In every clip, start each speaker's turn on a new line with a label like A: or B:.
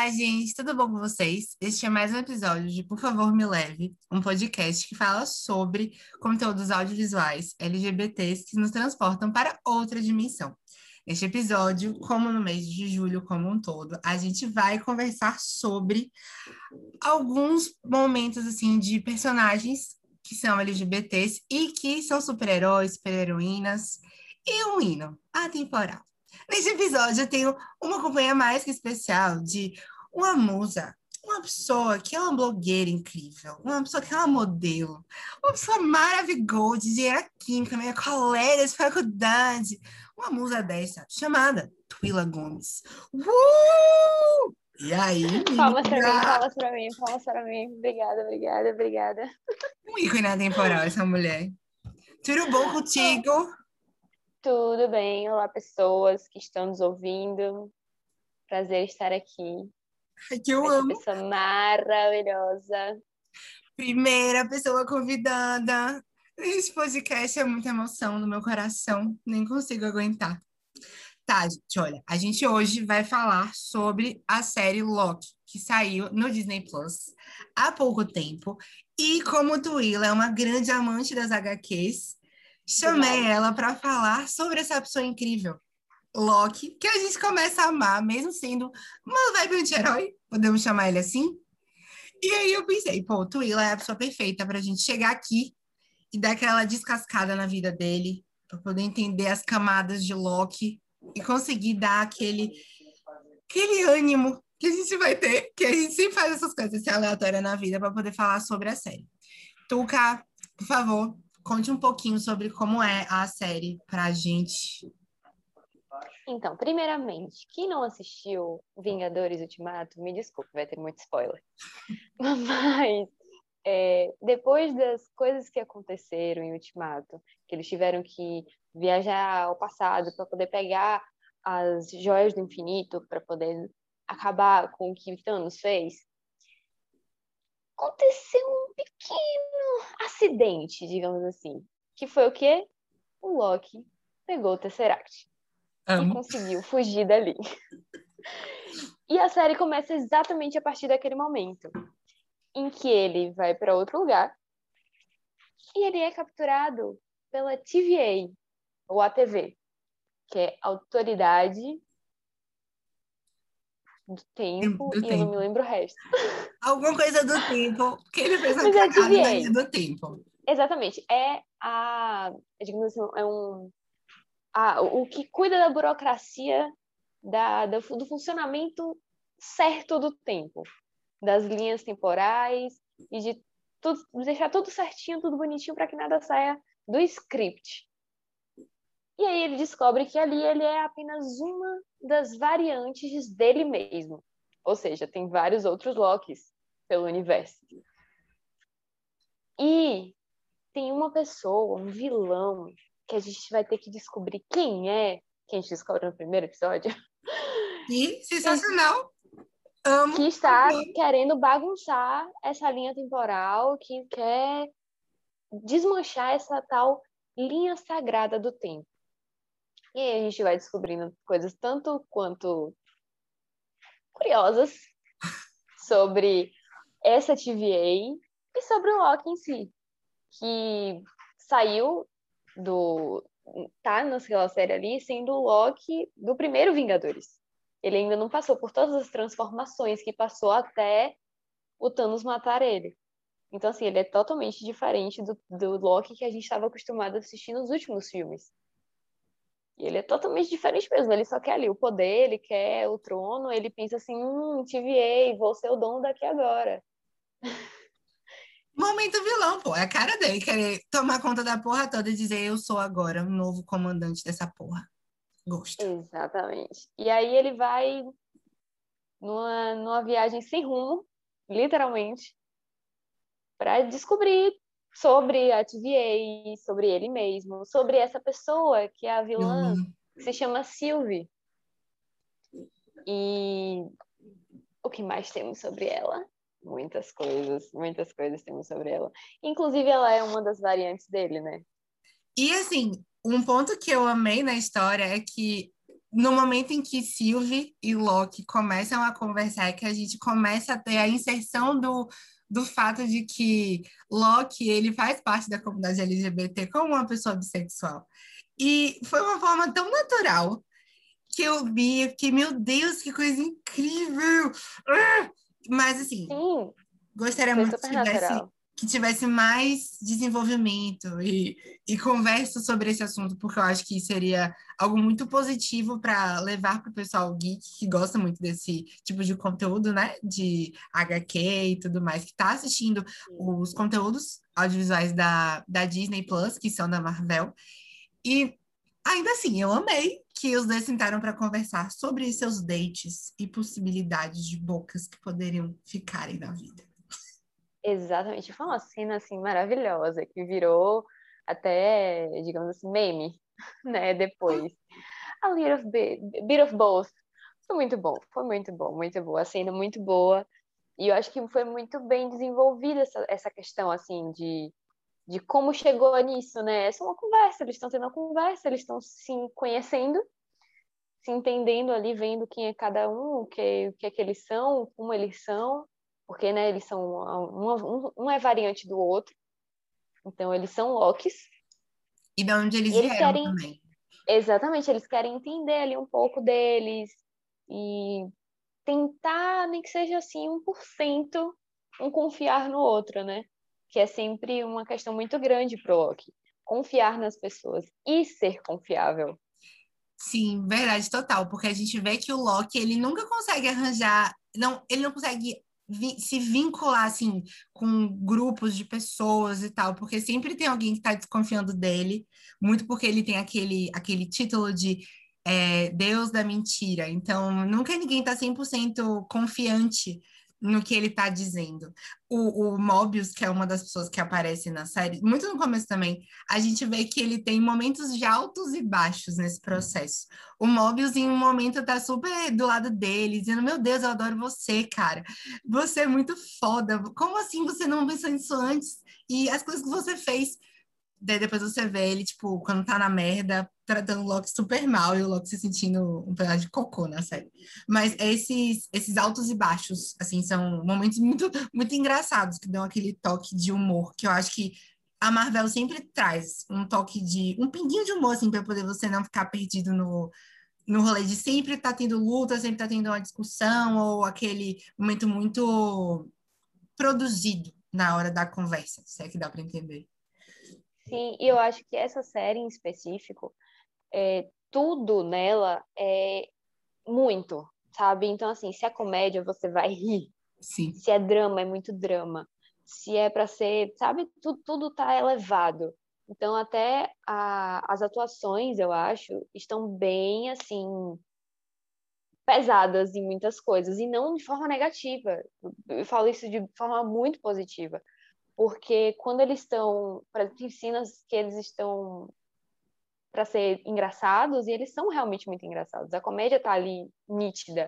A: Olá, gente, tudo bom com vocês? Este é mais um episódio de Por Favor Me Leve, um podcast que fala sobre conteúdos audiovisuais LGBTs que nos transportam para outra dimensão. Neste episódio, como no mês de julho como um todo, a gente vai conversar sobre alguns momentos assim de personagens que são LGBTs e que são super-heróis, super-heroínas e um hino atemporal. Neste episódio, eu tenho uma companhia mais que especial de uma musa, uma pessoa que é uma blogueira incrível, uma pessoa que é uma modelo, uma pessoa maravilhosa de engenharia química, minha colega de faculdade, uma musa dessa, chamada Twila Gomes. E aí,
B: Palmas pra mim,
A: menina?
B: palmas pra mim, palmas pra mim. Obrigada, obrigada, obrigada.
A: Um ícone atemporal, essa mulher. Tudo bom contigo?
B: Tudo bem? Olá, pessoas que estão nos ouvindo. Prazer estar aqui
A: Ai, que eu
B: com essa
A: amo.
B: pessoa maravilhosa.
A: Primeira pessoa convidada. Esse podcast é muita emoção no meu coração. Nem consigo aguentar. Tá, gente, olha. A gente hoje vai falar sobre a série Loki, que saiu no Disney Plus há pouco tempo. E como Twila é uma grande amante das HQs, chamei
B: Demais.
A: ela para falar sobre essa pessoa incrível. Loki, que a gente começa a amar, mesmo sendo uma vibe anti-herói, podemos chamar ele assim. E aí eu pensei, pô, o Twila é a pessoa perfeita pra gente chegar aqui e dar aquela descascada na vida dele, pra poder entender as camadas de Loki e conseguir dar aquele ânimo que a gente vai ter, que a gente sempre faz essas coisas assim, aleatórias na vida pra poder falar sobre a série. Tuca, por favor, conte um pouquinho sobre como é a série pra gente.
B: Então, primeiramente, quem não assistiu Vingadores Ultimato, me desculpe, vai ter muito spoiler. Mas depois das coisas que aconteceram em Ultimato, que eles tiveram que viajar ao passado para poder pegar as joias do infinito, para poder acabar com o que Thanos fez, aconteceu um pequeno acidente, digamos assim, que foi o quê? O Loki pegou o Tesseract e
A: Amo.
B: conseguiu fugir dali. E a série começa exatamente a partir daquele momento, em que ele vai para outro lugar e ele é capturado pela TVA, ou ATV, que é Autoridade do Tempo,
A: Do
B: e eu não me
A: tempo.
B: lembro o resto.
A: Alguma coisa do tempo, que ele fez uma
B: Mas é a
A: cagada na linha
B: TVA.
A: do tempo.
B: Exatamente. Digamos assim, o que cuida da burocracia do funcionamento certo do tempo, das linhas temporais e de tudo, deixar tudo certinho, tudo bonitinho para que nada saia do script. E aí ele descobre que ali ele é apenas uma das variantes dele mesmo. Ou seja, tem vários outros Lokis pelo universo. E tem uma pessoa, um vilão, que a gente vai ter que descobrir quem é, que a gente descobre no primeiro episódio,
A: E
B: que,
A: sensacional.
B: que
A: Amo.
B: está querendo bagunçar essa linha temporal, que quer desmanchar essa tal linha sagrada do tempo. E aí a gente vai descobrindo coisas tanto quanto curiosas sobre essa TVA e sobre o Loki em si, que saiu do... tá naquela série ali sendo o Loki do primeiro Vingadores. Ele ainda não passou por todas as transformações que passou até o Thanos matar ele. Então, assim, ele é totalmente diferente do Loki que a gente estava acostumado a assistir nos últimos filmes. E ele é totalmente diferente mesmo. Ele só quer ali o poder, ele quer o trono, ele pensa assim, TVA, vou ser o dono daqui agora.
A: Momento vilão, pô. É a cara dele querer tomar conta da porra toda e dizer eu sou agora o novo comandante dessa porra. Gosto.
B: Exatamente. E aí ele vai numa viagem sem rumo, literalmente, para descobrir sobre a TVA, sobre ele mesmo, sobre essa pessoa que é a
A: Eu
B: vilã,
A: amo.
B: que se chama Sylvie. E o que mais temos sobre ela? Muitas coisas temos sobre ela. Inclusive, ela é uma das variantes dele, né?
A: E assim, um ponto que eu amei na história é que no momento em que Sylvie e Loki começam a conversar, é que a gente começa a ter a inserção do fato de que Loki, ele faz parte da comunidade LGBT como uma pessoa bissexual. E foi uma forma tão natural que eu vi, que, meu Deus, que coisa incrível! Ah! Mas, assim,
B: Sim,
A: gostaria
B: foi
A: muito
B: super natural.
A: que tivesse mais desenvolvimento e conversa sobre esse assunto, porque eu acho que seria algo muito positivo para levar para o pessoal geek que gosta muito desse tipo de conteúdo, né? De HQ e tudo mais, que está assistindo
B: Sim.
A: os conteúdos audiovisuais da Disney Plus, que são da Marvel. E ainda assim, eu amei que os dois sentaram para conversar sobre seus dates e possibilidades de bocas que poderiam ficarem na vida.
B: Exatamente. Foi uma cena assim maravilhosa que virou até, digamos assim, meme, né? Depois. A bit of both. Foi muito bom, foi muito bom, muito boa. A cena muito boa. E eu acho que foi muito bem desenvolvida essa questão, assim, de como chegou nisso, né? Essa é uma conversa, eles estão tendo uma conversa, eles estão se conhecendo, se entendendo ali, vendo quem é cada um, o que é que eles são, como eles são, porque, né, eles são, um é variante do outro, então eles são Lokis,
A: E de onde
B: e
A: eles
B: eles
A: vieram
B: querem,
A: também.
B: exatamente, eles querem entender ali um pouco deles, e tentar, nem que seja assim, 1%, um confiar no outro, né? Que é sempre uma questão muito grande pro Loki. Confiar nas pessoas e ser confiável.
A: Sim, verdade total, porque a gente vê que o Loki, ele nunca consegue arranjar, não, ele não consegue se vincular assim com grupos de pessoas e tal, porque sempre tem alguém que está desconfiando dele, muito porque ele tem aquele título de Deus da mentira. Então, nunca ninguém está 100% confiante no que ele está dizendo. O Mobius, que é uma das pessoas que aparece na série, muito no começo também, a gente vê que ele tem momentos de altos e baixos nesse processo. O Mobius, em um momento, tá super do lado dele, dizendo: Meu Deus, eu adoro você, cara. Você é muito foda. Como assim você não pensou nisso antes? E as coisas que você fez. Daí depois você vê ele, tipo, quando tá na merda, tratando o Loki super mal e o Loki se sentindo um pedaço de cocô na série. Mas esses altos e baixos, assim, são momentos muito, muito engraçados que dão aquele toque de humor que eu acho que a Marvel sempre traz um toque de um pinguinho de humor, assim, para poder você não ficar perdido no rolê de sempre tá tendo luta, sempre tá tendo uma discussão ou aquele momento muito produzido na hora da conversa, se é que dá para entender.
B: Sim, e eu acho que essa série em específico, tudo nela é muito, sabe? Então, assim, se é comédia, você vai rir.
A: Sim.
B: Se é drama, é muito drama. Se é pra ser, sabe? Tudo tá elevado. Então, até as atuações, eu acho, estão bem, assim, pesadas em muitas coisas. E não de forma negativa. Eu falo isso de forma muito positiva. Porque quando eles estão, por exemplo, tem cenas que eles estão para ser engraçados e eles são realmente muito engraçados. A comédia tá ali nítida.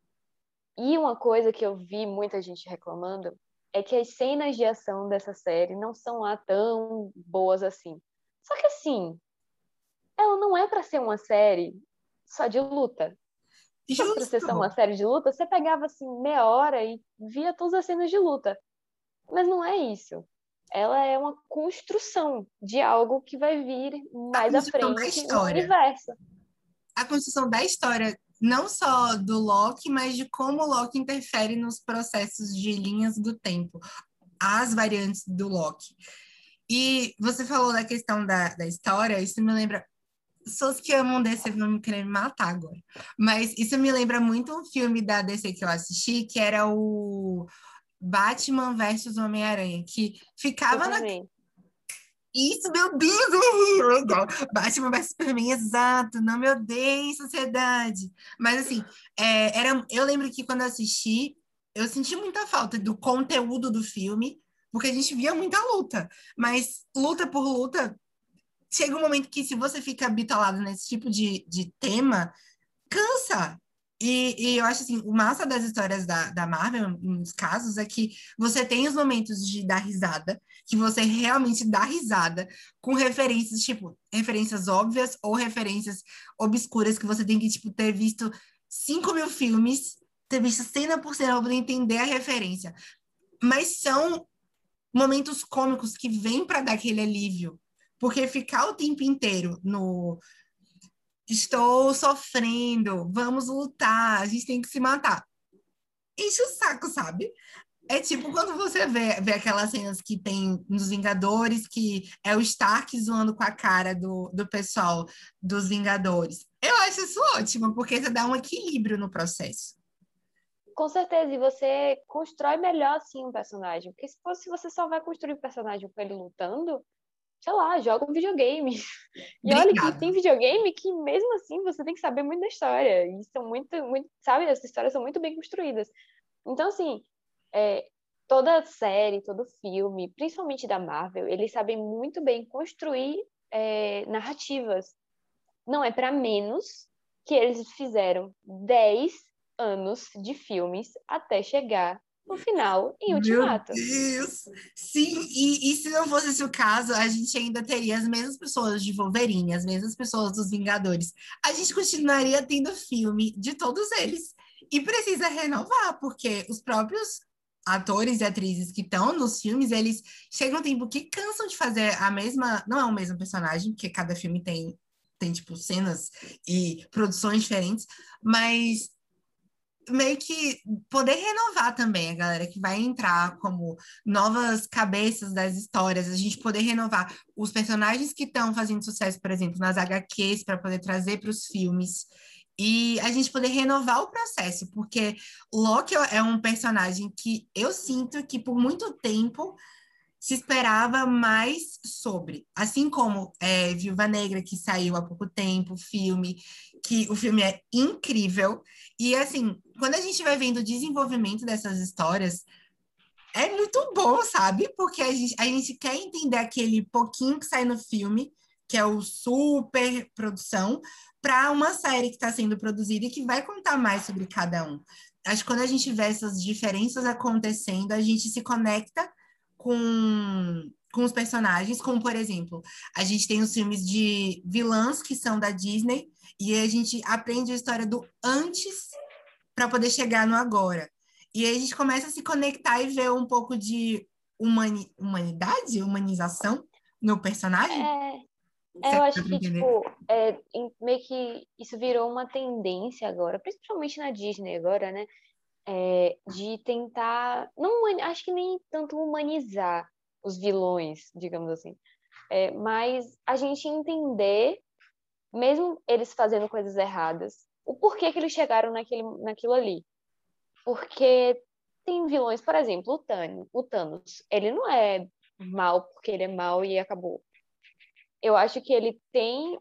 B: E uma coisa que eu vi muita gente reclamando é que as cenas de ação dessa série não são lá tão boas assim. Só que assim, ela não é para ser uma série só de luta. Se fosse pra ser só uma
A: Justo.
B: série de luta, você pegava assim meia hora e via todas as cenas de luta. Mas não é isso. Ela é uma construção de algo que vai vir
A: A
B: mais à
A: construção da
B: frente no
A: história.
B: universo.
A: A construção da história, não só do Loki, mas de como o Loki interfere nos processos de linhas do tempo, as variantes do Loki. E você falou da questão da história, isso me lembra. Pessoas que amam DC vão me querer me matar agora. Mas isso me lembra muito um filme da DC que eu assisti, que era o Batman versus Homem-Aranha, que ficava na.
B: Superman.
A: Isso, meu Deus, é legal. Batman vs Superman, exato. Não me odeie, sociedade. Mas assim, eu lembro que quando eu assisti, eu senti muita falta do conteúdo do filme, porque a gente via muita luta. Mas luta por luta, chega um momento que se você fica bitolado nesse tipo de tema, cansa. E eu acho assim, o massa das histórias da Marvel, nos casos, é que você tem os momentos de dar risada, que você realmente dá risada, com referências, tipo, referências óbvias ou referências obscuras, que você tem que, tipo, ter visto 5.000 filmes, ter visto cena por cena para poder entender a referência. Mas são momentos cômicos que vêm para dar aquele alívio. Porque ficar o tempo inteiro no estou sofrendo, vamos lutar, a gente tem que se matar. Enche o saco, sabe? É tipo quando você vê aquelas cenas que tem nos Vingadores, que é o Stark zoando com a cara do pessoal dos Vingadores. Eu acho isso ótimo, porque você dá um equilíbrio no processo.
B: Com certeza, e você constrói melhor, assim, um personagem. Porque se fosse você só vai construir um personagem com ele lutando, sei lá, joga um videogame. E olha que tem
A: Obrigada.
B: videogame que, mesmo assim, você tem que saber muito da história. E são muito, sabe, as histórias são muito bem construídas. Então, assim, é, toda série, todo filme, principalmente da Marvel, eles sabem muito bem construir narrativas. Não é para menos que eles fizeram 10 anos de filmes até chegar no final em
A: Meu
B: Ultimato.
A: Deus! Sim, e se não fosse esse o caso, a gente ainda teria as mesmas pessoas de Wolverine, as mesmas pessoas dos Vingadores. A gente continuaria tendo filme de todos eles. E precisa renovar, porque os próprios atores e atrizes que estão nos filmes, eles chegam um tempo que cansam de fazer a mesma. Não é o mesmo personagem, porque cada filme tem tipo, cenas e produções diferentes, mas meio que poder renovar também a galera que vai entrar como novas cabeças das histórias, a gente poder renovar os personagens que estão fazendo sucesso, por exemplo, nas HQs, para poder trazer para os filmes. E a gente poder renovar o processo, porque Loki é um personagem que eu sinto que por muito tempo se esperava mais sobre. Assim como Viúva Negra, que saiu há pouco tempo, filme, que o filme é incrível. E assim, quando a gente vai vendo o desenvolvimento dessas histórias, é muito bom, sabe? Porque a gente quer entender aquele pouquinho que sai no filme, que é o super produção, para uma série que está sendo produzida e que vai contar mais sobre cada um. Acho que quando a gente vê essas diferenças acontecendo, a gente se conecta com os personagens, como por exemplo, a gente tem os filmes de vilãs que são da Disney, e a gente aprende a história do antes para poder chegar no agora. E aí a gente começa a se conectar e ver um pouco de humanidade, humanização no personagem.
B: É,
A: Se
B: eu
A: é que
B: acho
A: dá para
B: que,
A: entender.
B: tipo, meio que isso virou uma tendência agora, principalmente na Disney agora, né? De tentar, não, acho que nem tanto humanizar os vilões, digamos assim, mas a gente entender, mesmo eles fazendo coisas erradas, o porquê que eles chegaram naquilo ali. Porque tem vilões, por exemplo, o Thanos, ele não é mal porque ele é mal e acabou. Eu acho que ele tem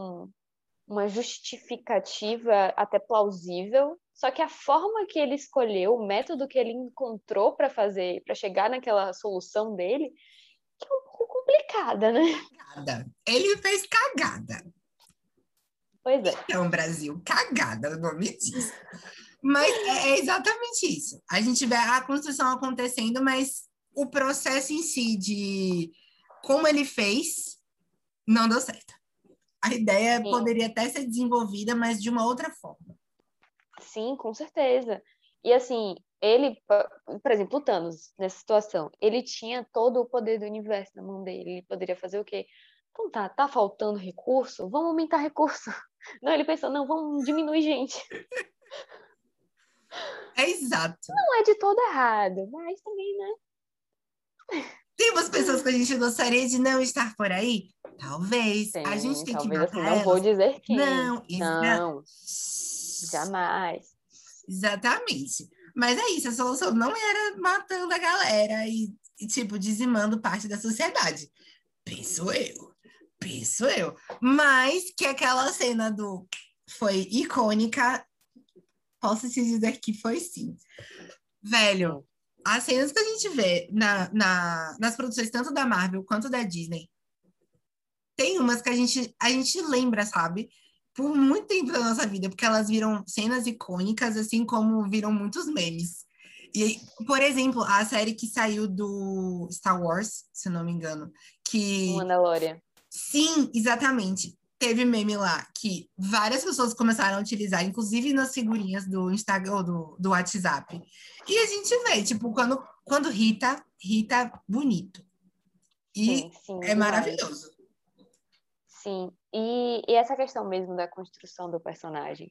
B: uma justificativa até plausível, só que a forma que ele escolheu, o método que ele encontrou para fazer, para chegar naquela solução dele, que é um pouco complicada, né?
A: Cagada. Ele fez cagada.
B: Pois é.
A: Então, Brasil, cagada, o nome disso. Mas é exatamente isso. A gente vê a construção acontecendo, mas o processo em si de como ele fez não deu certo. A ideia
B: Sim,
A: poderia até ser desenvolvida, mas de uma outra forma.
B: sim, com certeza. E assim, ele, por exemplo, o Thanos, nessa situação, ele tinha todo o poder do universo na mão dele. Ele poderia fazer o quê? Então tá faltando recurso? Vamos aumentar recurso. Não, ele pensou, não, vamos diminuir gente.
A: É exato.
B: Não é de todo errado, mas também, né?
A: Tem umas pessoas que a gente gostaria de não estar por aí? Talvez. A gente
B: Tem,
A: tem que
B: talvez assim,
A: matar
B: não vou
A: elas?
B: dizer quem.
A: Não,
B: Não, jamais.
A: exatamente. Mas é isso, a solução não era matando a galera tipo, dizimando parte da sociedade. Penso eu. Penso eu. Mas que aquela cena do foi icônica, posso te dizer que foi sim. Velho,
B: Sim.
A: as cenas que a gente vê nas produções tanto da Marvel quanto da Disney, tem umas que a gente lembra, sabe? por muito tempo da nossa vida, porque elas viram cenas icônicas, assim como viram muitos memes. E, por exemplo, a série que saiu do Star Wars, se eu não me engano,
B: O
A: que
B: Mandalorian.
A: sim, exatamente. Teve meme lá que várias pessoas começaram a utilizar, inclusive nas figurinhas do Instagram ou do WhatsApp. E a gente vê, tipo, quando Rita bonito. E
B: Sim, sim,
A: é
B: demais.
A: maravilhoso.
B: Sim. E essa questão mesmo da construção do personagem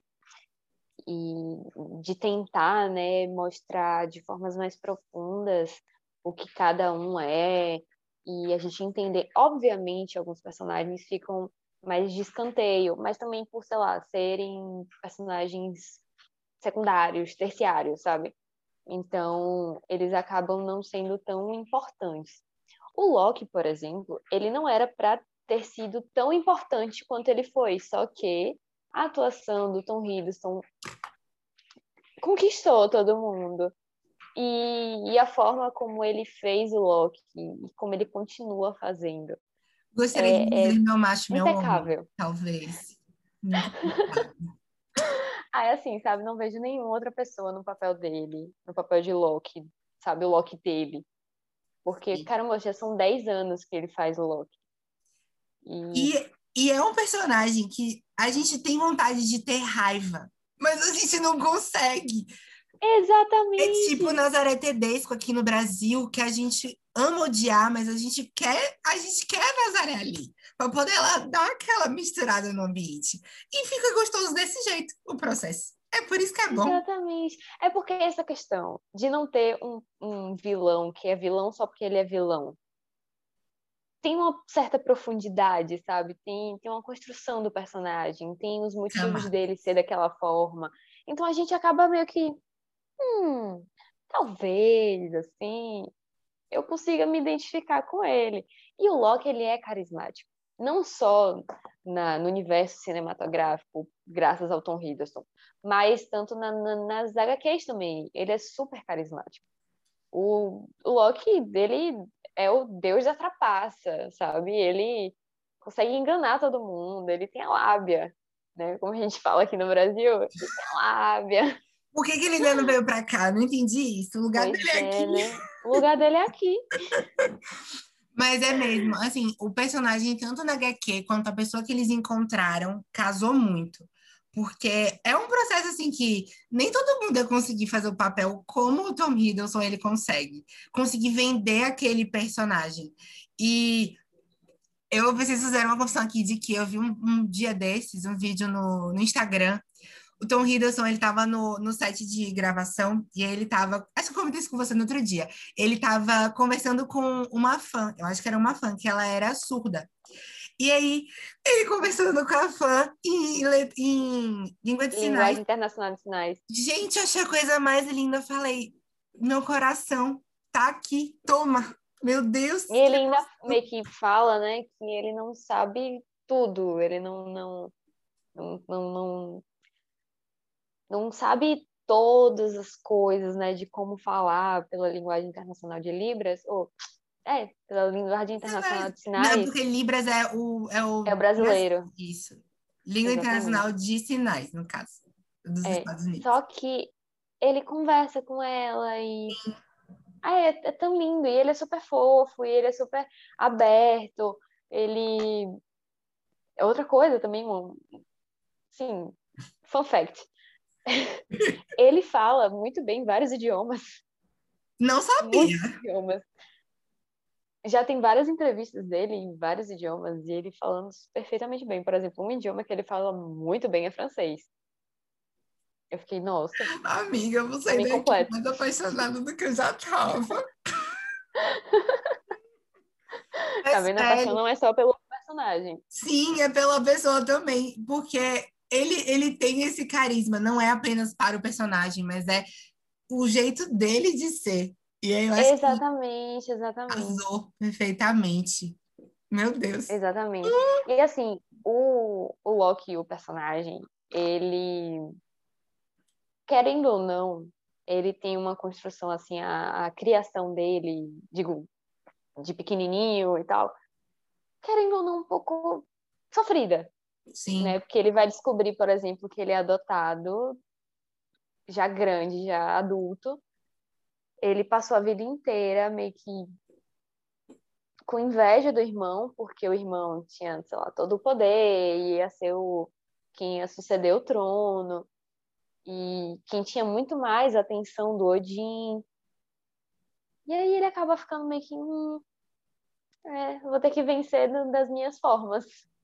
B: e de tentar, né, mostrar de formas mais profundas o que cada um é e a gente entender, obviamente, alguns personagens ficam mais de escanteio, mas também por, sei lá, serem personagens secundários, terciários, sabe? Então, eles acabam não sendo tão importantes. O Loki, por exemplo, ele não era para ter sido tão importante quanto ele foi, só que a atuação do Tom Hiddleston conquistou todo mundo. E a forma como ele fez o Loki e como ele continua fazendo
A: Gostaria de
B: é
A: dizer meu macho, meu homem,
B: impecável.
A: talvez. Nunca se sabe.
B: Aí, assim, sabe, não vejo nenhuma outra pessoa no papel dele, no papel de Loki, sabe, o Loki dele. Porque, caramba, já são 10 anos que ele faz o Loki. E
A: E é um personagem que a gente tem vontade de ter raiva, mas a gente não consegue. É tipo
B: exatamente,
A: Nazaré Tedesco aqui no Brasil, que a gente ama odiar, mas a gente quer a Nazaré ali, para poder ela dar aquela misturada no ambiente. E fica gostoso desse jeito, o processo. É por isso que é bom.
B: exatamente. É porque essa questão de não ter um vilão que é vilão só porque ele é vilão tem uma certa profundidade, sabe? Tem uma construção do personagem, tem os motivos
A: Camada.
B: dele ser daquela forma. Então a gente acaba meio que, talvez, assim, eu consiga me identificar com ele. E o Loki, ele é carismático. Não só no universo cinematográfico, graças ao Tom Hiddleston, mas tanto nas HQs também. Ele é super carismático. O Loki dele é o deus da trapaça, sabe? Ele consegue enganar todo mundo, ele tem a lábia, né? Como a gente fala aqui no Brasil, ele tem a lábia.
A: Por que que ele ainda não veio pra cá? Não entendi isso. O lugar dele
B: Pois
A: é aqui.
B: é, né? O lugar dele é aqui.
A: Mas é mesmo, assim, o personagem, tanto na HQ quanto a pessoa que eles encontraram, casou muito. Porque é um processo, assim, que nem todo mundo ia conseguir fazer o papel como o Tom Hiddleston ele consegue. Conseguir vender aquele personagem. E eu preciso fazer uma confissão aqui de que eu vi um dia desses, um vídeo no Instagram. O Tom Hiddleston, ele tava no set de gravação e ele tava, acho que eu comentei isso com você no outro dia. Ele tava conversando com uma fã, eu acho que era uma fã, que ela era surda. E aí, ele conversando com a fã em língua de sinais.
B: Linguagem Internacional de Sinais.
A: Gente, eu achei a coisa mais linda. Eu falei, meu coração tá aqui, toma. Meu Deus,
B: E ele ainda meio que fala, né, que ele não sabe tudo, ele não, não, não sabe todas as coisas, né, de como falar pela linguagem internacional de Libras, ou, pela linguagem internacional
A: sinais.
B: de
A: Não, é
B: sinais,
A: porque Libras é
B: é
A: o
B: o brasileiro,
A: isso. Língua
B: exatamente.
A: Internacional de Sinais, no caso, dos
B: É,
A: Estados Unidos.
B: só que ele conversa com ela e é tão lindo, e ele é super fofo, e ele é super aberto, ele é outra coisa também, sim, fun fact. Ele fala muito bem vários idiomas,
A: Não sabia.
B: muitos idiomas. Já tem várias entrevistas dele em vários idiomas e ele falando perfeitamente bem. Por exemplo, um idioma que ele fala muito bem é francês. Eu fiquei, nossa,
A: Amiga, eu vou
B: pra
A: sair
B: mim
A: daqui
B: completo.
A: mais apaixonada do que eu já tava. É
B: Tá vendo? A paixão
A: sério.
B: não é só pelo personagem.
A: Sim, é pela pessoa também, porque ele tem esse carisma, não é apenas para o personagem, mas é o jeito dele de ser. E aí eu acho que
B: Exatamente, exatamente,
A: casou perfeitamente. Meu Deus.
B: exatamente. E assim, o Loki, o personagem, ele, querendo ou não, ele tem uma construção assim, a criação dele, digo, de pequenininho e tal, querendo ou não, um pouco sofrida,
A: Sim.
B: né? Porque ele vai descobrir, por exemplo, que ele é adotado, já grande, já adulto. Ele passou a vida inteira meio que com inveja do irmão, porque o irmão tinha, sei lá, todo o poder, ia ser quem ia suceder o trono, e quem tinha muito mais atenção do Odin. E aí ele acaba ficando meio que, vou ter que vencer das minhas formas.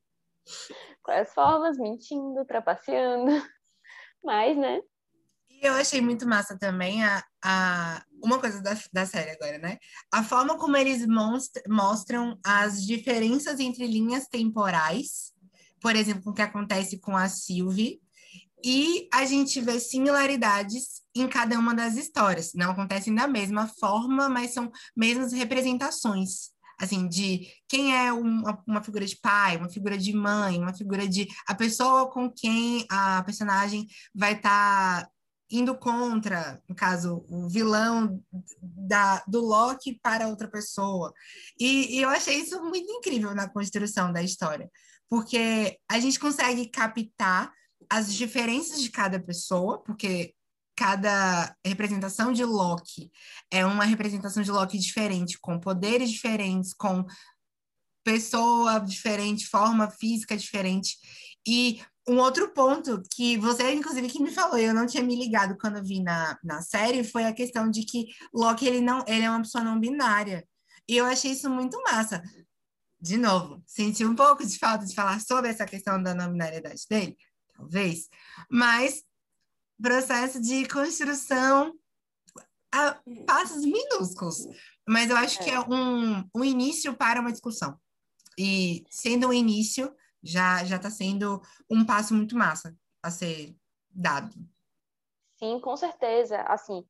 B: Quais formas? Mentindo, trapaceando. Mas, né?
A: E eu achei muito massa também uma coisa da série agora, né? A forma como eles mostram as diferenças entre linhas temporais, por exemplo, o que acontece com a Sylvie, e a gente vê similaridades em cada uma das histórias. Não acontecem da mesma forma, mas são mesmas representações. Assim, de quem é uma figura de pai, uma figura de mãe, uma figura de a pessoa com quem a personagem vai estar indo contra, no caso, o vilão do Loki para outra pessoa. E eu achei isso muito incrível na construção da história, porque a gente consegue captar as diferenças de cada pessoa, porque cada representação de Loki é uma representação de Loki diferente, com poderes diferentes, com pessoa diferente, forma física diferente. E um outro ponto que você, inclusive, que me falou, eu não tinha me ligado quando eu vi na série, foi a questão de que Loki, ele é uma pessoa não binária. E eu achei isso muito massa. De novo, senti um pouco de falta de falar sobre essa questão da não binariedade dele, talvez, mas processo de construção a passos minúsculos. Mas eu acho que é
B: É.
A: um início para uma discussão. E sendo um início, já está sendo um passo muito massa a ser dado.
B: Sim, com certeza. Assim,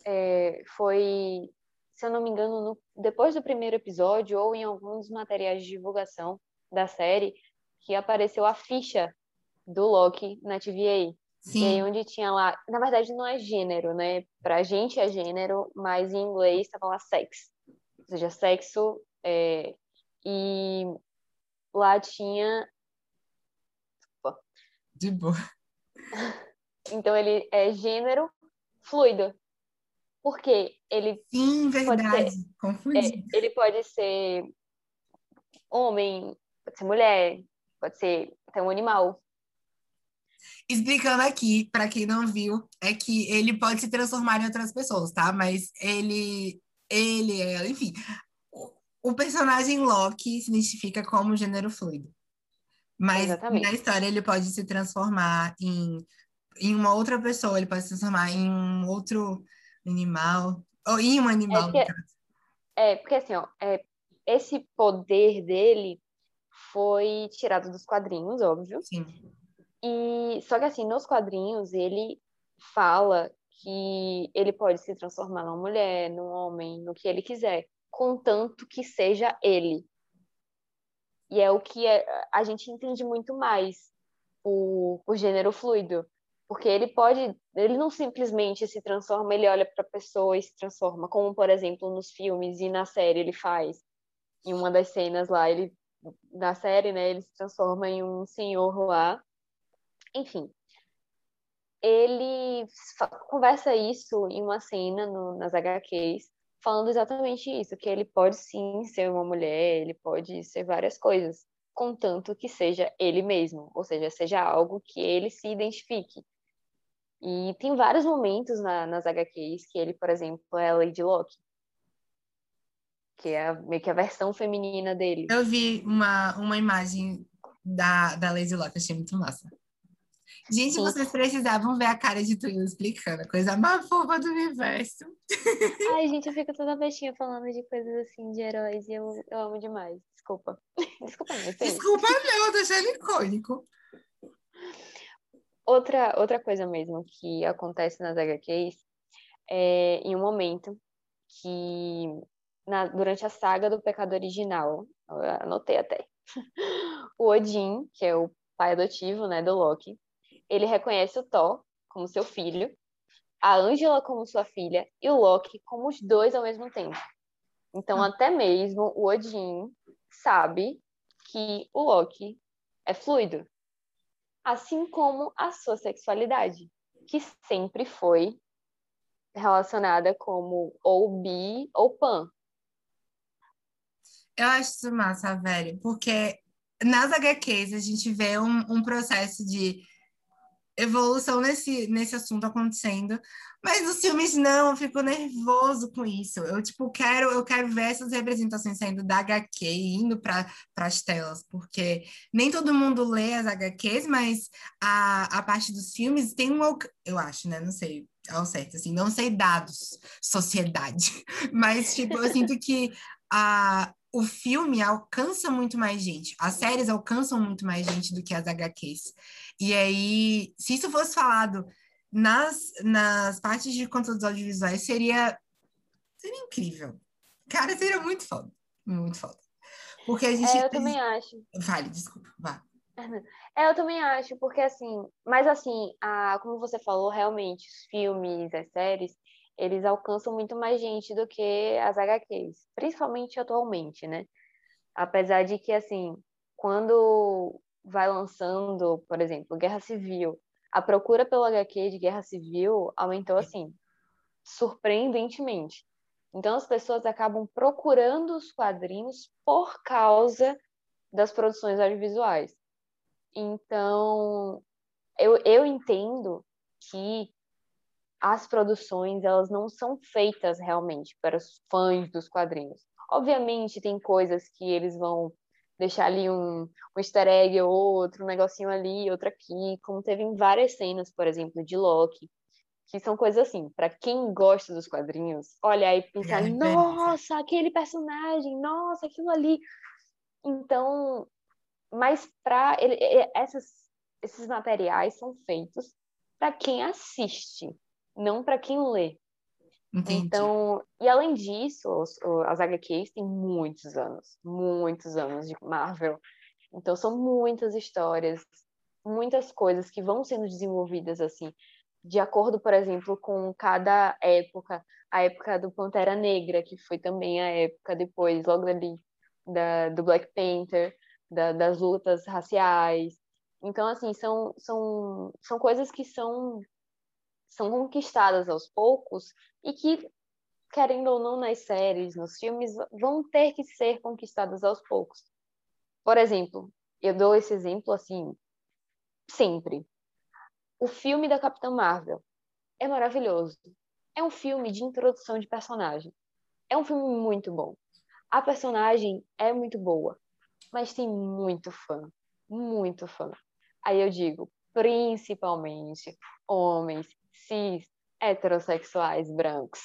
B: foi, se eu não me engano, depois do primeiro episódio ou em alguns dos materiais de divulgação da série, que apareceu a ficha do Loki na TVA. E aí
A: Sim,
B: onde tinha lá, na verdade não é gênero, né? Pra gente é gênero, mas em inglês estava lá sex, ou seja, sexo. E lá tinha,
A: de boa.
B: então ele é gênero fluido, porque
A: Sim,
B: pode
A: verdade.
B: ser,
A: Confundi.
B: ele pode ser homem, pode ser mulher, pode ser até um animal.
A: Explicando aqui, para quem não viu, é que ele pode se transformar em outras pessoas, tá? Mas ela, enfim, o personagem Loki se identifica como gênero fluido. Mas na
B: Exatamente.
A: história ele pode se transformar em uma outra pessoa, ele pode se transformar em um outro animal, ou em um
B: É
A: animal, no
B: porque,
A: caso.
B: porque assim, ó, esse poder dele foi tirado dos quadrinhos, óbvio.
A: Sim.
B: E só que assim, nos quadrinhos ele fala que ele pode se transformar numa mulher, num homem, no que ele quiser, contanto que seja ele. E é o que a gente entende muito mais o gênero fluido, porque ele não simplesmente se transforma, ele olha para a pessoa e se transforma, como por exemplo nos filmes e na série ele faz. Em uma das cenas lá, na série, né, ele se transforma em um senhor lá. Enfim, ele conversa isso em uma cena nas HQs, falando exatamente isso, que ele pode sim ser uma mulher, ele pode ser várias coisas, contanto que seja ele mesmo, ou seja algo que ele se identifique. E tem vários momentos nas HQs que ele, por exemplo, é a Lady Locke, que é meio que a versão feminina dele.
A: Eu vi uma imagem da Lady Locke, achei muito massa. Gente,
B: Sim.
A: vocês precisavam ver a cara de Twil explicando, a coisa mais fofa do universo.
B: Ai, gente, eu fico toda bestinha falando de coisas assim, de heróis, e eu amo demais. Desculpa. Desculpa, não, isso aí.
A: Desculpa, não, eu tô achando icônico.
B: Outra coisa mesmo que acontece nas HQs é em um momento que, durante a saga do Pecado Original, eu anotei até, o Odin, que é o pai adotivo, né, do Loki, ele reconhece o Thor como seu filho, a Ângela como sua filha e o Loki como os dois ao mesmo tempo. Então, até mesmo o Odin sabe que o Loki é fluido. assim como a sua sexualidade, que sempre foi relacionada como ou bi ou pan.
A: Eu acho isso massa, velho, porque nas HQs a gente vê um processo de evolução nesse assunto acontecendo, mas nos filmes não, eu fico nervoso com isso. Eu, tipo, eu quero ver essas representações saindo da HQ e indo para as telas, porque nem todo mundo lê as HQs, mas a parte dos filmes tem eu acho, né? Não sei ao certo, assim, não sei dados, sociedade, mas, tipo, eu sinto que o filme alcança muito mais gente, as séries alcançam muito mais gente do que as HQs. E aí, se isso fosse falado nas partes de conteúdos audiovisuais, seria incrível. Cara, seria muito foda. Muito foda. Porque a gente.
B: Eu também acho.
A: Vale, desculpa, vá.
B: Eu também acho, porque assim, mas assim, como você falou, realmente, os filmes, as séries, eles alcançam muito mais gente do que as HQs, principalmente atualmente, né? Apesar de que, assim, quando vai lançando, por exemplo, Guerra Civil, a procura pelo HQ de Guerra Civil aumentou, assim, surpreendentemente. Então, as pessoas acabam procurando os quadrinhos por causa das produções audiovisuais. Então, eu entendo que as produções, elas não são feitas realmente para os fãs dos quadrinhos. Obviamente, tem coisas que eles vão deixar ali um easter egg ou outro, um negocinho ali, outro aqui, como teve em várias cenas, por exemplo, de Loki, que são coisas assim, para quem gosta dos quadrinhos, olhar e
A: Pegar
B: pensar,
A: a referência.
B: nossa, aquele personagem, nossa, aquilo ali. Então, mas para esses materiais são feitos para quem assiste, não para quem lê.
A: Entendi.
B: Então, e além disso, as HQs têm muitos anos de Marvel. Então, são muitas histórias, muitas coisas que vão sendo desenvolvidas assim, de acordo, por exemplo, com cada época. A época do Pantera Negra, que foi também a época depois, logo ali, do Black Panther, das lutas raciais. Então, assim, são coisas que são conquistadas aos poucos e que, querendo ou não, nas séries, nos filmes, vão ter que ser conquistadas aos poucos. Por exemplo, eu dou esse exemplo assim, sempre. O filme da Capitã Marvel é maravilhoso. É um filme de introdução de personagem. É um filme muito bom. A personagem é muito boa, mas tem muito fã. Muito fã. Aí eu digo, principalmente homens cis, heterossexuais, brancos,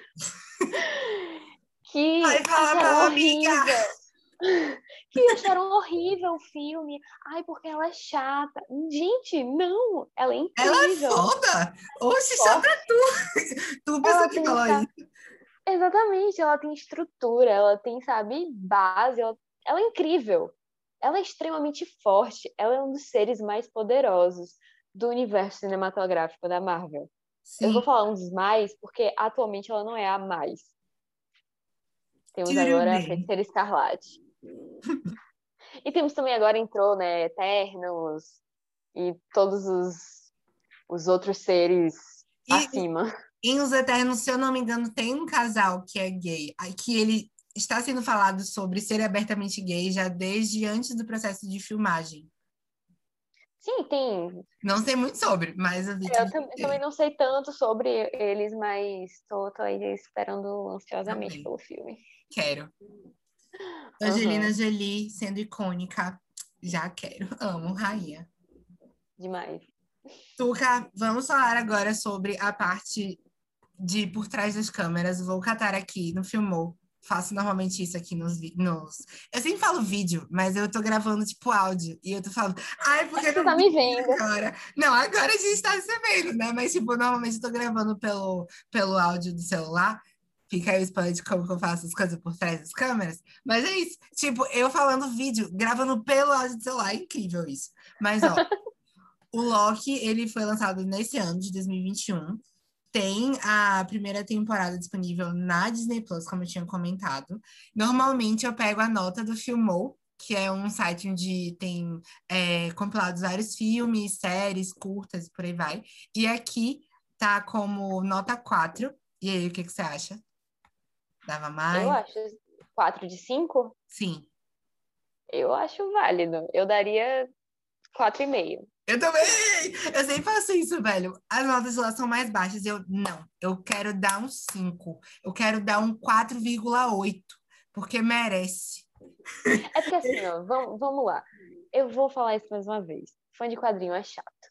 A: Vai
B: que
A: falar
B: acharam
A: pra amiga!
B: horrível, que acharam horrível o filme. Ai, porque ela é chata. Gente, não, ela é
A: Ela é
B: incrível.
A: foda! Oxe, chata
B: Forte.
A: é tu! Tu pessoa
B: Ela
A: que
B: tem,
A: falou
B: sabe?
A: isso.
B: Exatamente, ela tem estrutura, ela tem, sabe, base, ela é incrível. Ela é extremamente forte, ela é um dos seres mais poderosos do universo cinematográfico da Marvel. Eu vou
A: Sim.
B: falar um dos mais, porque atualmente ela não é a mais. Temos
A: Tudo
B: agora a
A: bem.
B: Feiticeira Escarlate. E temos também agora entrou, né, Eternos e todos os outros seres
A: E
B: acima.
A: em Os Eternos, se eu não me engano, tem um casal que é gay, aí que ele está sendo falado sobre ser abertamente gay já desde antes do processo de filmagem.
B: Sim, tem.
A: Não sei muito sobre, mas eu vi que
B: Eu também
A: tem
B: não sei tanto sobre eles, mas tô aí esperando ansiosamente
A: também.
B: pelo filme.
A: Quero. Angelina
B: Aham,
A: Jolie sendo icônica, já quero. Amo, rainha.
B: demais.
A: Tuca, vamos falar agora sobre a parte de por trás das câmeras. Vou catar aqui no Filmou. Faço normalmente isso aqui nos. Eu sempre falo vídeo, mas eu tô gravando tipo áudio. E eu tô falando, ai, porque
B: Você
A: no
B: tá me
A: vídeo
B: vendo.
A: agora? Não, agora a gente tá se vendo, né? Mas, tipo, normalmente eu tô gravando pelo áudio do celular. Fica aí o spoiler de como que eu faço as coisas por trás das câmeras. Mas é isso. Tipo, eu falando vídeo, gravando pelo áudio do celular. É incrível isso. Mas, ó, o Loki, ele foi lançado nesse ano de 2021. Tem a primeira temporada disponível na Disney Plus, como eu tinha comentado. Normalmente eu pego a nota do Filmou que é um site onde tem compilados vários filmes, séries, curtas e por aí vai. E aqui tá como nota 4. E aí, o que que você acha? Dava
B: Eu
A: mais?
B: acho 4 de 5.
A: Sim.
B: Eu acho válido. Eu daria 4,5.
A: Eu também! Eu sempre faço isso, velho. As notas lá são mais baixas. Não, eu quero dar um 5. Eu quero dar um 4,8, porque merece.
B: É porque assim, ó, vamos lá. Eu vou falar isso mais uma vez. Fã de quadrinho é chato.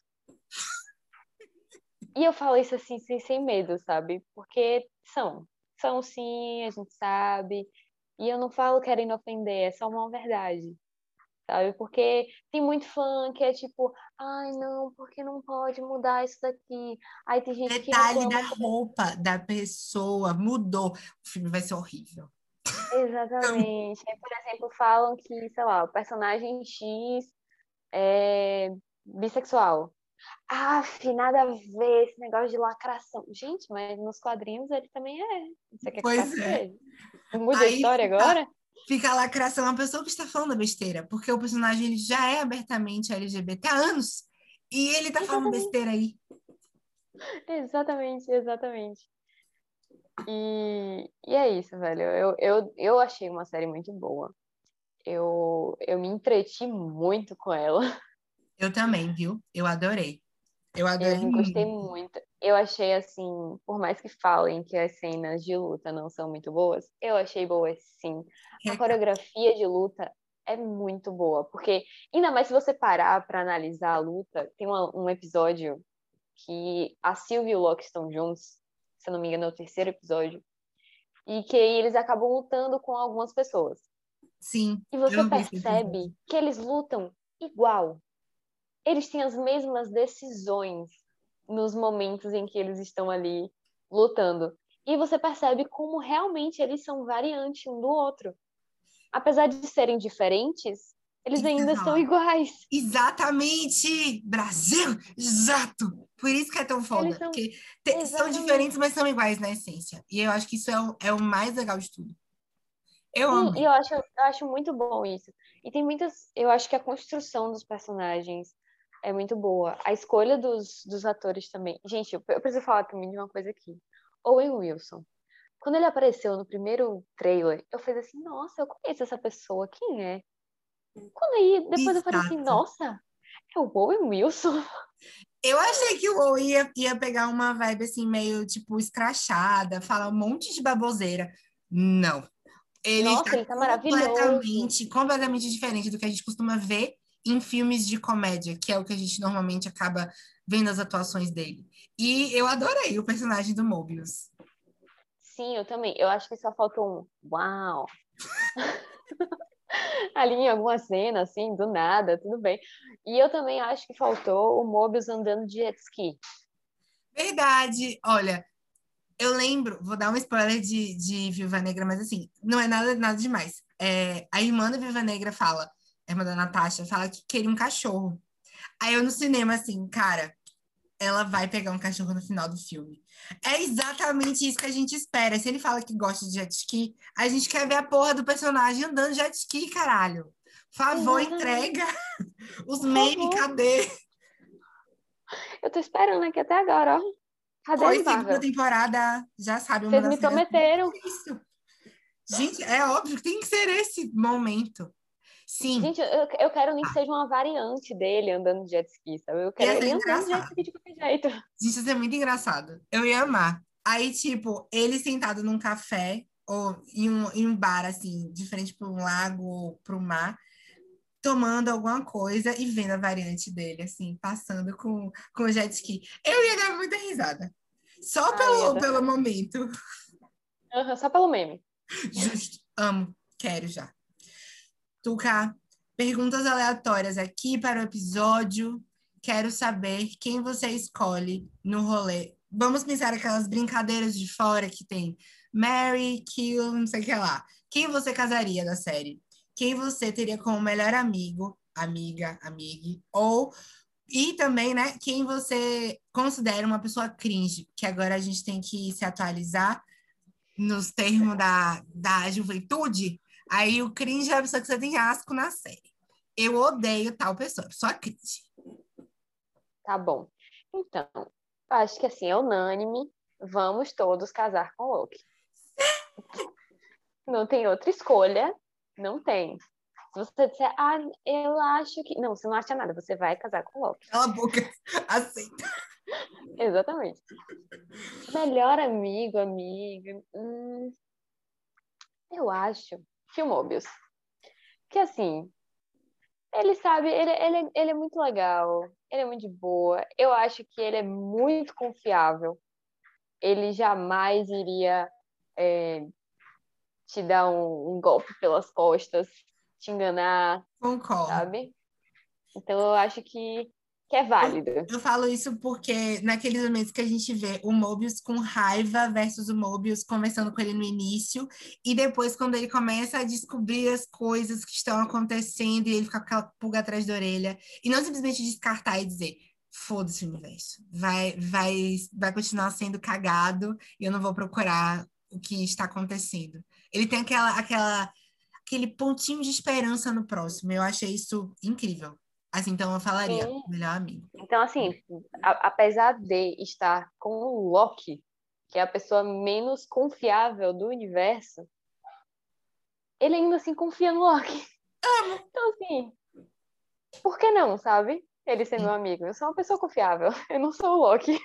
B: E eu falo isso assim, sem medo, sabe? Porque são. São sim, a gente sabe. E eu não falo querendo ofender, é só uma verdade, sabe? Porque tem muito fã que é tipo, ai não, porque não pode mudar isso daqui? Aí tem gente que
A: Detalhe da
B: reclama.
A: roupa da pessoa mudou. O filme vai ser horrível.
B: Exatamente. Aí, por exemplo, falam que, sei lá, o personagem X é bissexual. Aff, nada a ver esse negócio de lacração. Gente, mas nos quadrinhos ele também é. Você quer que eu
A: Pois
B: faça o
A: é.
B: quê? Muda a
A: Aí
B: história
A: fica,
B: agora?
A: fica a lacração, a pessoa que está falando besteira, porque o personagem ele já é abertamente LGBT há anos. E ele tá falando
B: Exatamente,
A: besteira aí.
B: exatamente, exatamente. E é isso, velho. Eu achei uma série muito boa. Eu me entreti muito com ela.
A: Eu também, viu? Eu adorei. Eu adorei
B: Eu gostei
A: muito.
B: muito. Eu achei assim, por mais que falem que as cenas de luta não são muito boas, eu achei boas sim. A coreografia de luta é muito boa, porque ainda mais se você parar para analisar a luta, tem um episódio que a Sylvie e o Loki estão juntos, se eu não me engano é o terceiro episódio, e que aí eles acabam lutando com algumas pessoas.
A: Sim,
B: E você
A: eu vi esse
B: percebe
A: episódio.
B: que eles lutam igual. Eles têm as mesmas decisões nos momentos em que eles estão ali lutando. E você percebe como realmente eles são variantes um do outro. Apesar de serem diferentes, eles
A: Isso que eu ia
B: ainda são
A: falar.
B: iguais.
A: Exatamente! Brasil! Exato! Por isso que é tão
B: Eles
A: foda.
B: são
A: Porque são diferentes,
B: exatamente.
A: mas são iguais na essência. E eu acho que isso é o mais legal de tudo. Eu
B: Sim, e
A: amei.
B: eu acho muito bom isso. E tem muitas. Eu acho que a construção dos personagens é muito boa. A escolha dos atores também. Gente, eu preciso falar também de uma coisa aqui. Owen Wilson. Quando ele apareceu no primeiro trailer, eu fiz assim, nossa, eu conheço essa pessoa, quem é? Quando aí, depois eu falei assim,
A: Exato.
B: nossa, é o Owen Wilson.
A: Eu achei que o WoW ia pegar uma vibe assim, meio tipo escrachada, falar um monte de baboseira. Não. Ele está
B: Nossa, ele tá maravilhoso.
A: completamente diferente do que a gente costuma ver em filmes de comédia, que é o que a gente normalmente acaba vendo as atuações dele. E eu adorei o personagem do Mobius.
B: Sim, eu também. Eu acho que só faltou um uau ali em alguma cena, assim, do nada, tudo bem. E eu também acho que faltou o Mobius andando de jet ski.
A: Verdade. Olha, eu lembro, vou dar um spoiler de Viúva Negra, mas assim, não é nada demais. A irmã da Viúva Negra fala, a irmã da Natasha, fala que queria um cachorro. Aí eu no cinema, assim, cara, ela vai pegar um cachorro no final do filme. É exatamente isso que a gente espera. Se ele fala que gosta de jet ski, a gente quer ver a porra do personagem andando de jet ski, caralho. Por favor, entrega
B: Exatamente,
A: os
B: por
A: memes,
B: favor.
A: cadê?
B: Eu tô esperando aqui até agora, ó. Cadê,
A: Pois, segunda
B: Marvel?
A: temporada, já sabe, uma
B: Vocês
A: das
B: me
A: cenas.
B: prometeram.
A: É isso. Gente, é óbvio que tem que ser esse momento. Sim,
B: Gente, eu quero nem que seja uma variante dele andando de jet ski, sabe? Eu quero
A: ia ser
B: ele andando de jet
A: engraçado.
B: ski de qualquer jeito.
A: Gente, isso é muito engraçado. Eu ia amar. Aí, tipo, ele sentado num café ou em um bar, assim, de frente para um lago ou para o mar, tomando alguma coisa e vendo a variante dele, assim, passando com o jet ski. Eu ia dar muita risada. Só
B: Ah, eu ia
A: pelo
B: adorar.
A: momento.
B: Aham, só pelo meme.
A: Justo. Amo. Quero já. Tuca, perguntas aleatórias aqui para o episódio. Quero saber quem você escolhe no rolê. Vamos pensar aquelas brincadeiras de fora que tem Mary, Kill, não sei o que lá. Quem você casaria da série? Quem você teria como melhor amigo, amiga, amigue? E também, né, quem você considera uma pessoa cringe? Que agora a gente tem que se atualizar nos termos da juventude. Aí o cringe é a pessoa que você tem asco na série. Eu odeio tal pessoa, só cringe.
B: Tá bom. Então, acho que assim, é unânime. Vamos todos casar com o Loki. Não tem outra escolha. Não tem. Se você disser, eu acho que. Não, você não acha nada, você vai casar com o Loki.
A: Cala a boca, aceita.
B: Exatamente. Melhor amigo, amiga. Eu acho que o Mobius. Que assim, ele sabe, ele é muito legal, ele é muito de boa. Eu acho que ele é muito confiável. Ele jamais iria te dar um golpe pelas costas, te enganar,
A: Concordo.
B: sabe? Então eu acho que é
A: Eu,
B: válido.
A: eu falo isso porque naqueles momentos que a gente vê o Mobius com raiva versus o Mobius conversando com ele no início, e depois quando ele começa a descobrir as coisas que estão acontecendo e ele fica com aquela pulga atrás da orelha, e não simplesmente descartar e dizer, foda-se o universo, vai continuar sendo cagado e eu não vou procurar o que está acontecendo. Ele tem aquele pontinho de esperança no próximo. Eu achei isso incrível. Assim, então eu falaria,
B: Sim.
A: melhor amigo.
B: Então, assim, apesar de estar com o Loki, que é a pessoa menos confiável do universo, ele ainda assim confia no Loki. Então, assim, por que não, sabe? Ele ser meu amigo. Eu sou uma pessoa confiável. Eu não sou o Loki.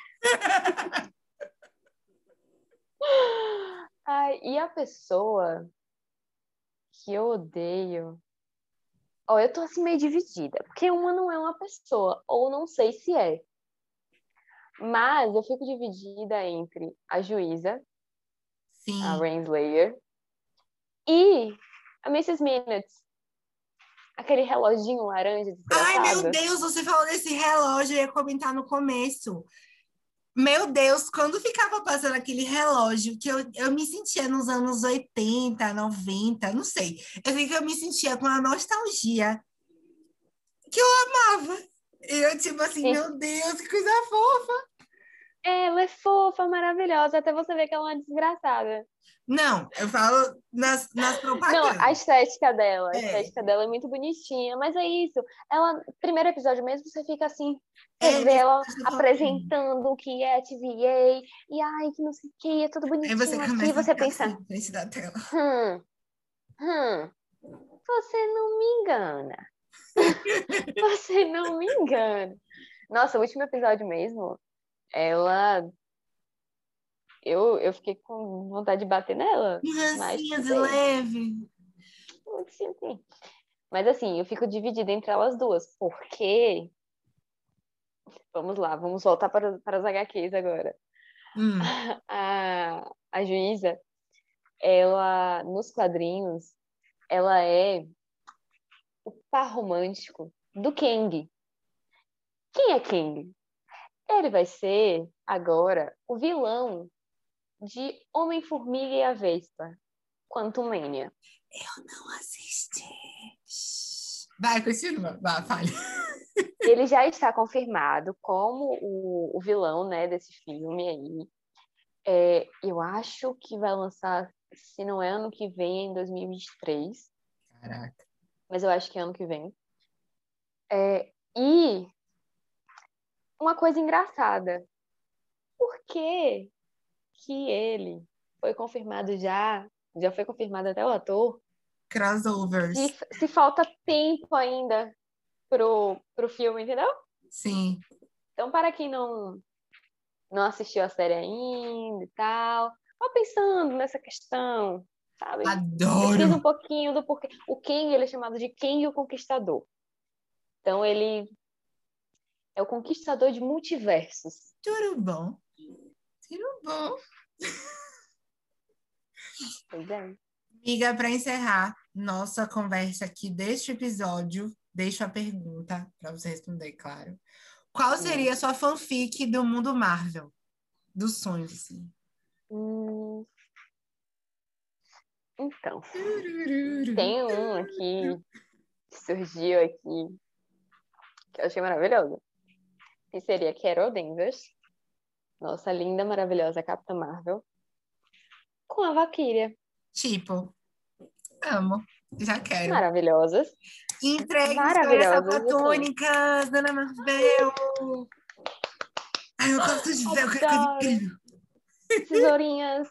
B: Ai, e a pessoa que eu odeio. Ó, eu tô assim meio dividida, porque uma não é uma pessoa, ou não sei se é. Mas eu fico dividida entre a juíza, a
A: Sim.
B: Renslayer, e a Mrs. Minutes, aquele reloginho laranja
A: Ai, meu
B: desgraçado.
A: Deus, você falou desse relógio, eu ia comentar no começo. Meu Deus, quando ficava passando aquele relógio, que eu me sentia nos anos 80, 90, não sei. Eu sei que eu me sentia com uma nostalgia que eu amava. E eu, tipo assim,
B: Sim,
A: meu Deus, que coisa fofa.
B: ela é fofa, maravilhosa, até você ver que ela é uma desgraçada.
A: Não, eu falo nas
B: Não,
A: propagandas.
B: a
A: É,
B: estética dela é muito bonitinha, mas é isso. Ela, primeiro episódio mesmo, você fica assim, você
A: é
B: vê
A: nesse
B: ela
A: que eu tô falando.
B: apresentando o que é TVA, e ai, que não sei o que, é tudo
A: Aí você
B: bonitinho aqui,
A: começa a
B: você
A: ficar
B: pensa,
A: assim, na frente da tela.
B: hum, hum, você não me engana, você não me engana. Nossa, o último episódio mesmo, ela, eu fiquei com vontade de bater nela,
A: Um
B: mas
A: rancinho de
B: pensei,
A: leve.
B: assim. Mas assim, eu fico dividida entre elas duas, porque vamos lá, vamos voltar para os HQs agora.
A: Hum.
B: A juíza, ela, nos quadrinhos, ela é o par romântico do Kang. Quem é Kang? Ele vai ser, agora, o vilão de Homem-Formiga e a Vespa, Quantumania.
A: Não assisti. Vai, continua. Vai, fale.
B: Ele já está confirmado como o vilão, né, desse filme aí. Eu acho que vai lançar, se não é ano que vem, é em 2023.
A: Caraca.
B: Mas eu acho que é ano que vem. E uma coisa engraçada, por que que ele foi confirmado já foi confirmado até o ator,
A: Crossovers.
B: se falta tempo ainda pro filme, entendeu?
A: Sim.
B: Então, para quem não assistiu a série ainda e tal, vá pensando nessa questão, sabe?
A: Adoro.
B: Pesquisa um pouquinho do porquê. O Kang, ele é chamado de Kang o Conquistador. Então, ele é o conquistador de multiversos.
A: Tudo bom. Tudo bom.
B: Pois é.
A: Amiga, para encerrar nossa conversa aqui deste episódio, deixo a pergunta para você responder, claro. Qual seria
B: Hum.
A: a sua fanfic do mundo Marvel? Dos sonhos, assim.
B: Hum, então,
A: Turururu.
B: tem um aqui que surgiu aqui que eu achei maravilhoso. Que seria Carol Danvers, nossa linda, maravilhosa Capitã Marvel, com a Valkyria.
A: Tipo, Amo. Já quero.
B: Maravilhosas.
A: Entregue histórias
B: Maravilhosas, assim.
A: sapatônicas, Dona Marvel. Ai, eu gosto de ver, que coisa
B: Adoro.
A: incrível.
B: Tesourinhas.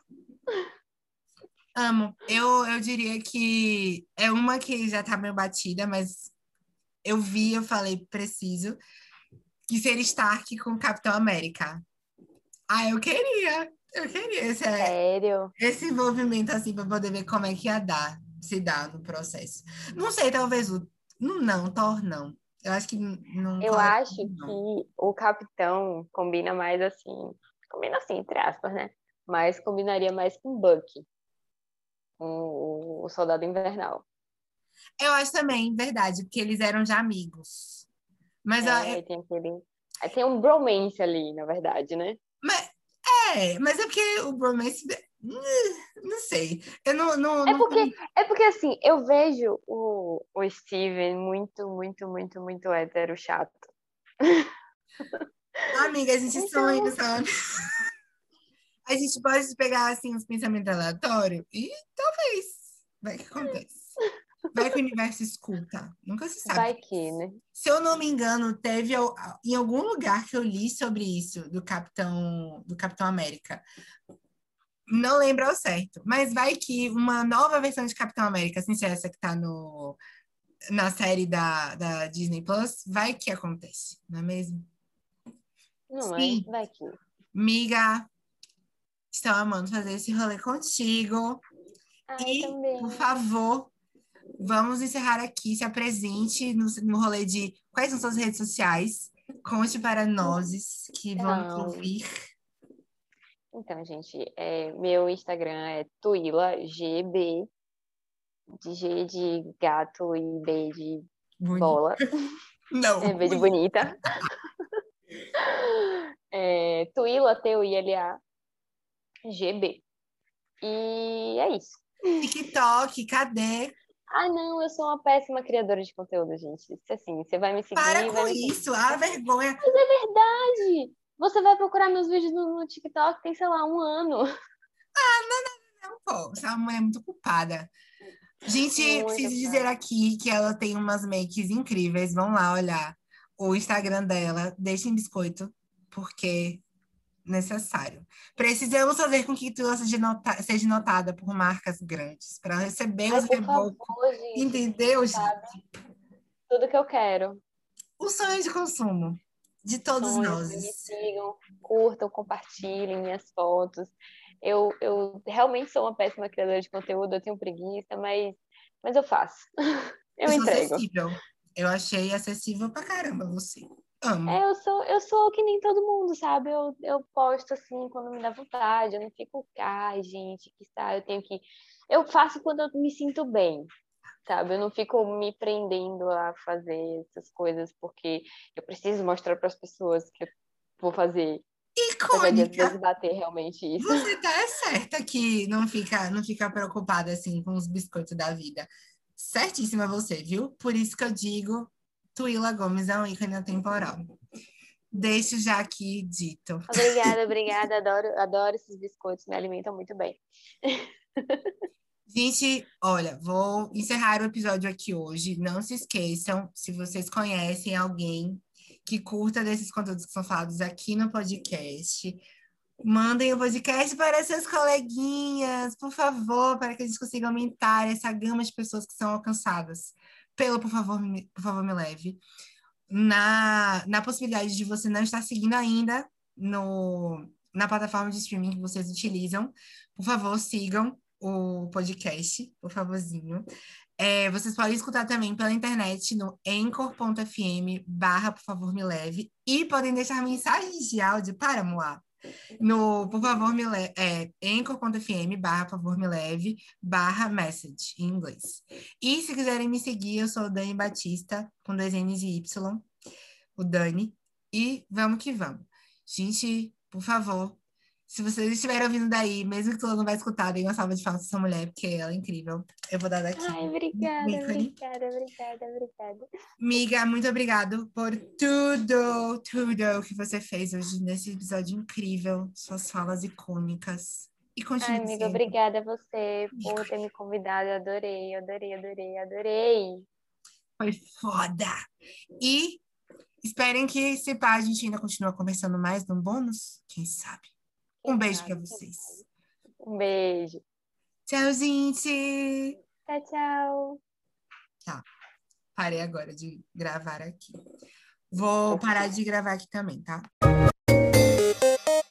A: Amo. Eu diria que é uma que já tá meio batida, mas eu vi, eu falei, preciso, que seria Stark com Capitão América. Ah, eu queria
B: Sério.
A: esse envolvimento assim para poder ver como é que ia dar, se dá no processo. Não sei, talvez o não, Thor não. Eu acho que não
B: Eu
A: cola
B: acho
A: não.
B: que o Capitão combina mais assim. Combina assim, entre aspas, né? Mas combinaria mais com o Bucky, com o Soldado Invernal.
A: Eu acho também, verdade, porque eles eram já amigos. Mas,
B: É, aí tem aquele. Aí tem um bromance ali, na verdade, né?
A: mas mas é porque o bromance, não sei. Eu
B: É
A: não
B: porque, é porque assim, eu vejo o Steven muito, muito, muito, muito hétero chato.
A: amiga, a gente sonha,
B: Então,
A: sabe? A gente pode pegar assim uns pensamentos aleatórios e talvez vai que acontece. Vai que o universo escuta. Nunca se sabe.
B: vai que, né?
A: Se eu não me engano, teve em algum lugar que eu li sobre isso do Capitão América. Não lembro ao certo, mas vai que uma nova versão de Capitão América, sem ser essa que tá no, na série da Disney Plus, vai que acontece, não é mesmo?
B: Não é?
A: Sim,
B: Vai que.
A: miga, estou amando fazer esse rolê contigo.
B: Ai,
A: E, por
B: também.
A: favor, vamos encerrar aqui. Se apresente no rolê de quais são suas redes sociais. Conte para nós que vamos
B: Então,
A: ouvir.
B: então, gente, meu Instagram é TuilaGB, de G de gato e B de
A: Bonito.
B: bola,
A: Não,
B: B de bonita. Tuila, Tuila, GB. E é isso.
A: TikTok, cadê?
B: Ah, não, eu sou uma péssima criadora de conteúdo, gente. Isso assim, você vai me
A: Para
B: seguir, vai
A: com
B: me seguir.
A: isso, a vergonha.
B: Mas é verdade! Você vai procurar meus vídeos no TikTok, tem, sei lá, um ano.
A: Pô, essa mulher é muito culpada. Gente,
B: Muito
A: preciso dizer
B: cara.
A: aqui que ela tem umas makes incríveis. Vão lá olhar o Instagram dela. Deixem biscoito, porque necessário. Precisamos fazer com que tu seja notada por marcas grandes para receber
B: Ai,
A: os
B: por
A: rebocos.
B: favor, gente,
A: Entendeu, gente?
B: sabe? Tudo que eu quero.
A: O sonho de consumo de todos
B: Sonho, me
A: nós.
B: sigam, curtam, compartilhem minhas fotos. Eu realmente sou uma péssima criadora de conteúdo, eu tenho preguiça, mas eu faço. Eu
A: Eu sou
B: entrego.
A: acessível. Eu achei acessível pra caramba você. Amo.
B: Eu sou que nem todo mundo, sabe? Eu posto assim quando me dá vontade, eu não fico, ai, gente, que está, eu tenho que. Eu faço quando eu me sinto bem, sabe? Eu não fico me prendendo a fazer essas coisas porque eu preciso mostrar para as pessoas que eu vou fazer, apesar de às
A: Icônica.
B: vezes bater realmente isso.
A: Você tá certa que não fica preocupada assim com os biscoitos da vida. Certíssima você, viu? Por isso que eu digo, Tuila Gomes é um ícone atemporal. Deixo já aqui dito.
B: Obrigada, obrigada. Adoro esses biscoitos, me alimentam muito bem.
A: Gente, olha, vou encerrar o episódio aqui hoje. Não se esqueçam, se vocês conhecem alguém que curta desses conteúdos que são falados aqui no podcast, mandem o podcast para seus coleguinhas, por favor, para que a gente consiga aumentar essa gama de pessoas que são alcançadas. Por favor, me leve. Na possibilidade de você não estar seguindo ainda na plataforma de streaming que vocês utilizam, por favor, sigam o podcast, por favorzinho. Vocês podem escutar também pela internet no anchor.fm/, por favor, me leve, e podem deixar mensagens de áudio para Moá no, por favor, me leve, anchor.fm/, por favor, me leve, /message, em inglês. E se quiserem me seguir, eu sou o Dani Batista, com dois N's e Y, o Dani, e vamos que vamos. Gente, por favor, se vocês estiverem ouvindo daí, mesmo que tu não vai escutar, dê uma salva de palmas pra essa mulher, porque ela é incrível. Eu vou dar daqui
B: Ai,
A: um
B: obrigada,
A: ícone.
B: obrigada, obrigada, obrigada.
A: Miga, muito obrigado por tudo que você fez hoje nesse episódio incrível. Suas falas icônicas. E
B: Ai,
A: continue
B: amiga,
A: sempre.
B: obrigada a você por ter me convidado. Adorei, adorei, adorei, adorei.
A: Foi foda! E esperem que, se pá, a gente ainda continua conversando mais no bônus. Quem sabe? Um
B: Quem
A: beijo pra
B: sabe, quem
A: vocês.
B: sabe. Um beijo.
A: Tchau, gente!
B: Tchau, tchau.
A: Tchau. Parei agora de gravar aqui. Vou parar
B: Ok.
A: de gravar aqui também, tá?